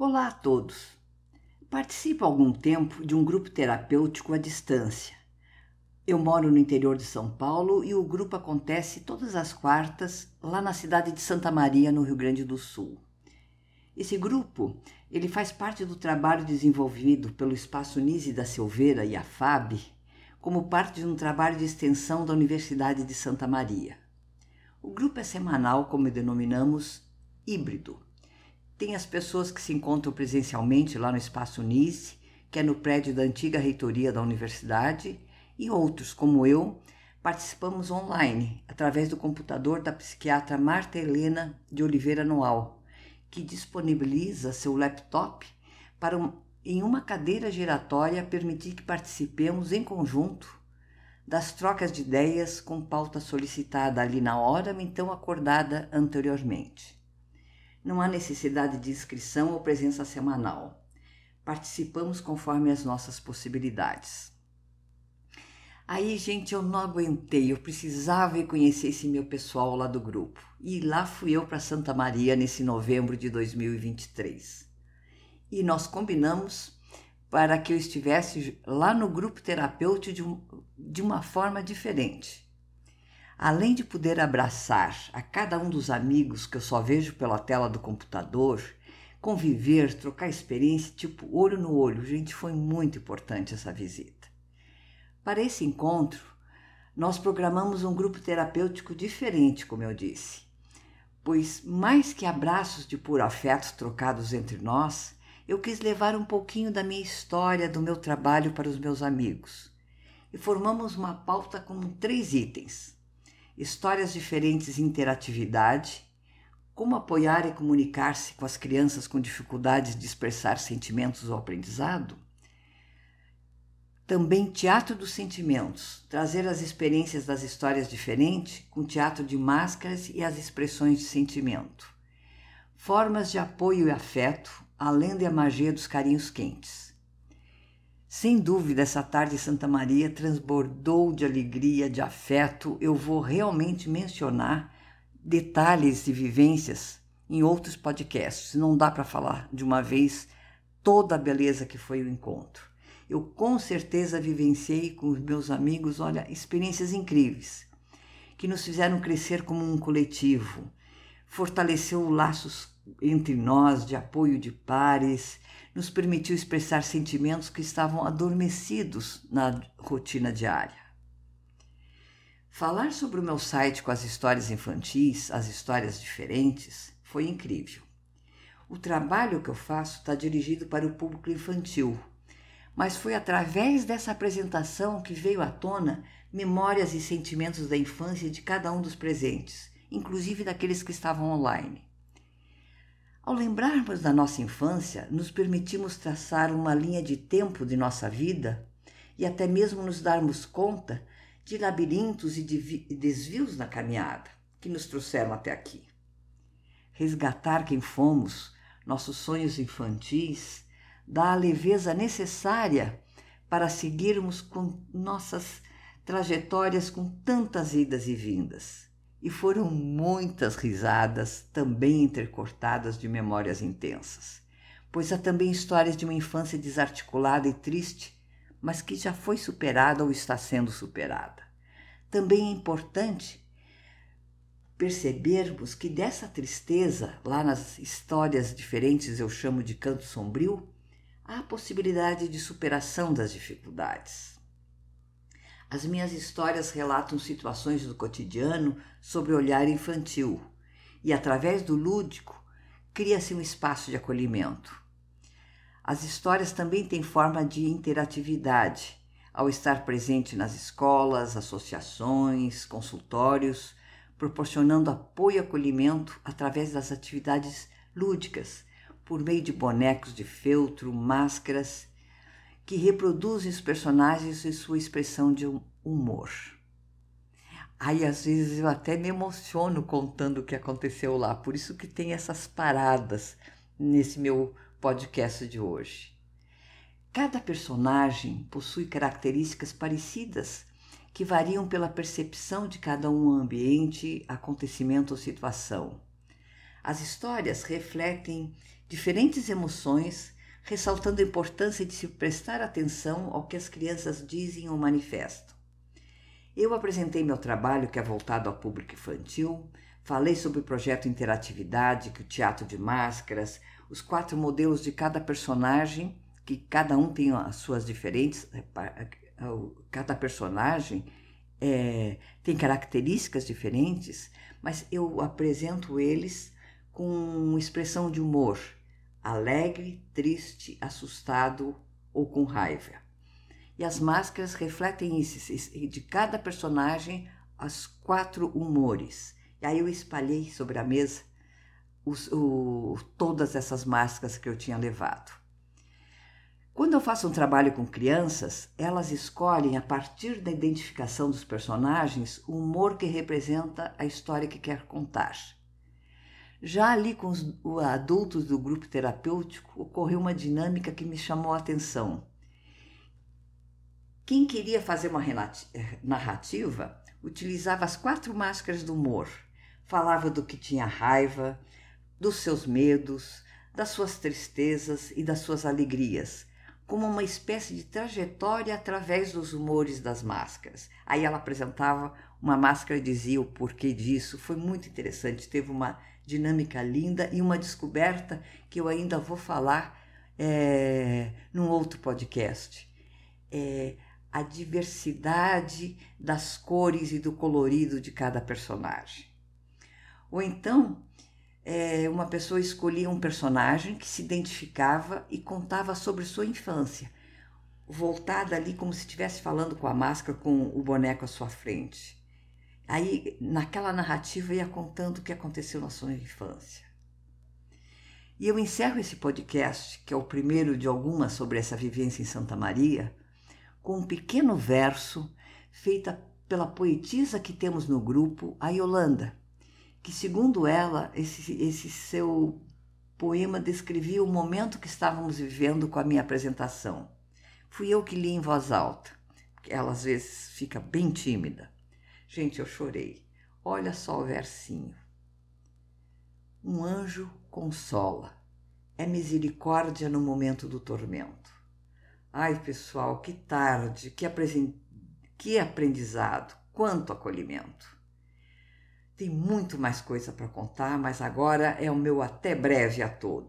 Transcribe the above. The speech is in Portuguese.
Olá a todos! Participo há algum tempo de um grupo terapêutico à distância. Eu moro no interior de São Paulo e o grupo acontece todas as quartas lá na cidade de Santa Maria, no Rio Grande do Sul. Esse grupo, ele faz parte do trabalho desenvolvido pelo Espaço Nise da Silveira e a FAB, como parte de um trabalho de extensão da Universidade de Santa Maria. O grupo é semanal, como denominamos, híbrido. Tem as pessoas que se encontram presencialmente lá no Espaço Nise, que é no prédio da antiga reitoria da universidade, e outros, como eu, participamos online, através do computador da psiquiatra Marta Helena de Oliveira Noal, que disponibiliza seu laptop para, em uma cadeira giratória, permitir que participemos em conjunto das trocas de ideias com pauta solicitada ali na hora, então acordada anteriormente. Não há necessidade de inscrição ou presença semanal. Participamos conforme as nossas possibilidades. Aí, gente, eu não aguentei, eu precisava ir conhecer esse meu pessoal lá do grupo. E lá fui eu para Santa Maria nesse novembro de 2023. E nós combinamos para que eu estivesse lá no grupo terapêutico de uma forma diferente. Além de poder abraçar a cada um dos amigos que eu só vejo pela tela do computador, conviver, trocar experiência, tipo olho no olho, gente, foi muito importante essa visita. Para esse encontro, nós programamos um grupo terapêutico diferente, como eu disse, pois mais que abraços de puro afeto trocados entre nós, eu quis levar um pouquinho da minha história, do meu trabalho para os meus amigos. E formamos uma pauta com 3 itens. Histórias diferentes em interatividade, como apoiar e comunicar-se com as crianças com dificuldades de expressar sentimentos ou aprendizado. Também teatro dos sentimentos, trazer as experiências das histórias diferentes com teatro de máscaras e as expressões de sentimento. Formas de apoio e afeto, além da magia dos carinhos quentes. Sem dúvida, essa tarde em Santa Maria transbordou de alegria, de afeto. Eu vou realmente mencionar detalhes e vivências em outros podcasts. Não dá para falar de uma vez toda a beleza que foi o encontro. Eu com certeza vivenciei com os meus amigos, experiências incríveis, que nos fizeram crescer como um coletivo, fortaleceu laços entre nós de apoio de pares, nos permitiu expressar sentimentos que estavam adormecidos na rotina diária. Falar sobre o meu site com as histórias infantis, as histórias diferentes, foi incrível. O trabalho que eu faço está dirigido para o público infantil, mas foi através dessa apresentação que veio à tona memórias e sentimentos da infância de cada um dos presentes, inclusive daqueles que estavam online. Ao lembrarmos da nossa infância, nos permitimos traçar uma linha de tempo de nossa vida e até mesmo nos darmos conta de labirintos e desvios na caminhada que nos trouxeram até aqui. Resgatar quem fomos, nossos sonhos infantis, dá a leveza necessária para seguirmos com nossas trajetórias com tantas idas e vindas. E foram muitas risadas, também intercortadas de memórias intensas, pois há também histórias de uma infância desarticulada e triste, mas que já foi superada ou está sendo superada. Também é importante percebermos que dessa tristeza, lá nas histórias diferentes eu chamo de canto sombrio, há a possibilidade de superação das dificuldades. As minhas histórias relatam situações do cotidiano sobre o olhar infantil e, através do lúdico, cria-se um espaço de acolhimento. As histórias também têm forma de interatividade, ao estar presente nas escolas, associações, consultórios, proporcionando apoio e acolhimento através das atividades lúdicas, por meio de bonecos de feltro, máscaras, que reproduzem os personagens e sua expressão de humor. Aí, às vezes, eu até me emociono contando o que aconteceu lá, por isso que tem essas paradas nesse meu podcast de hoje. Cada personagem possui características parecidas, que variam pela percepção de cada um ambiente, acontecimento ou situação. As histórias refletem diferentes emoções, ressaltando a importância de se prestar atenção ao que as crianças dizem ou manifestam. Eu apresentei meu trabalho, que é voltado ao público infantil, falei sobre o projeto Interatividade, que é o teatro de máscaras, os 4 modelos de cada personagem, que cada um tem as suas diferentes, cada personagem tem características diferentes, mas eu apresento eles com expressão de humor, alegre, triste, assustado ou com raiva. E as máscaras refletem isso, de cada personagem, os 4 humores. E aí eu espalhei sobre a mesa todas essas máscaras que eu tinha levado. Quando eu faço um trabalho com crianças, elas escolhem, a partir da identificação dos personagens, o humor que representa a história que quer contar. Já ali com os adultos do grupo terapêutico, ocorreu uma dinâmica que me chamou a atenção. Quem queria fazer uma narrativa utilizava as 4 máscaras do humor. Falava do que tinha raiva, dos seus medos, das suas tristezas e das suas alegrias, como uma espécie de trajetória através dos humores das máscaras. Aí ela apresentava uma máscara e dizia o porquê disso. Foi muito interessante, teve uma dinâmica linda e uma descoberta que eu ainda vou falar num outro podcast. A diversidade das cores e do colorido de cada personagem. Ou então, uma pessoa escolhia um personagem que se identificava e contava sobre sua infância, voltada ali como se estivesse falando com a máscara, com o boneco à sua frente. Aí, naquela narrativa, ia contando o que aconteceu na sua infância. E eu encerro esse podcast, que é o primeiro de algumas sobre essa vivência em Santa Maria, com um pequeno verso feito pela poetisa que temos no grupo, a Yolanda, que, segundo ela, esse seu poema descrevia o momento que estávamos vivendo com a minha apresentação. Fui eu que li em voz alta, porque ela às vezes fica bem tímida. Gente, eu chorei. Olha só o versinho. Um anjo consola, é misericórdia no momento do tormento. Ai, pessoal, que tarde, que aprendizado, quanto acolhimento. Tem muito mais coisa para contar, mas agora é o meu até breve a todos.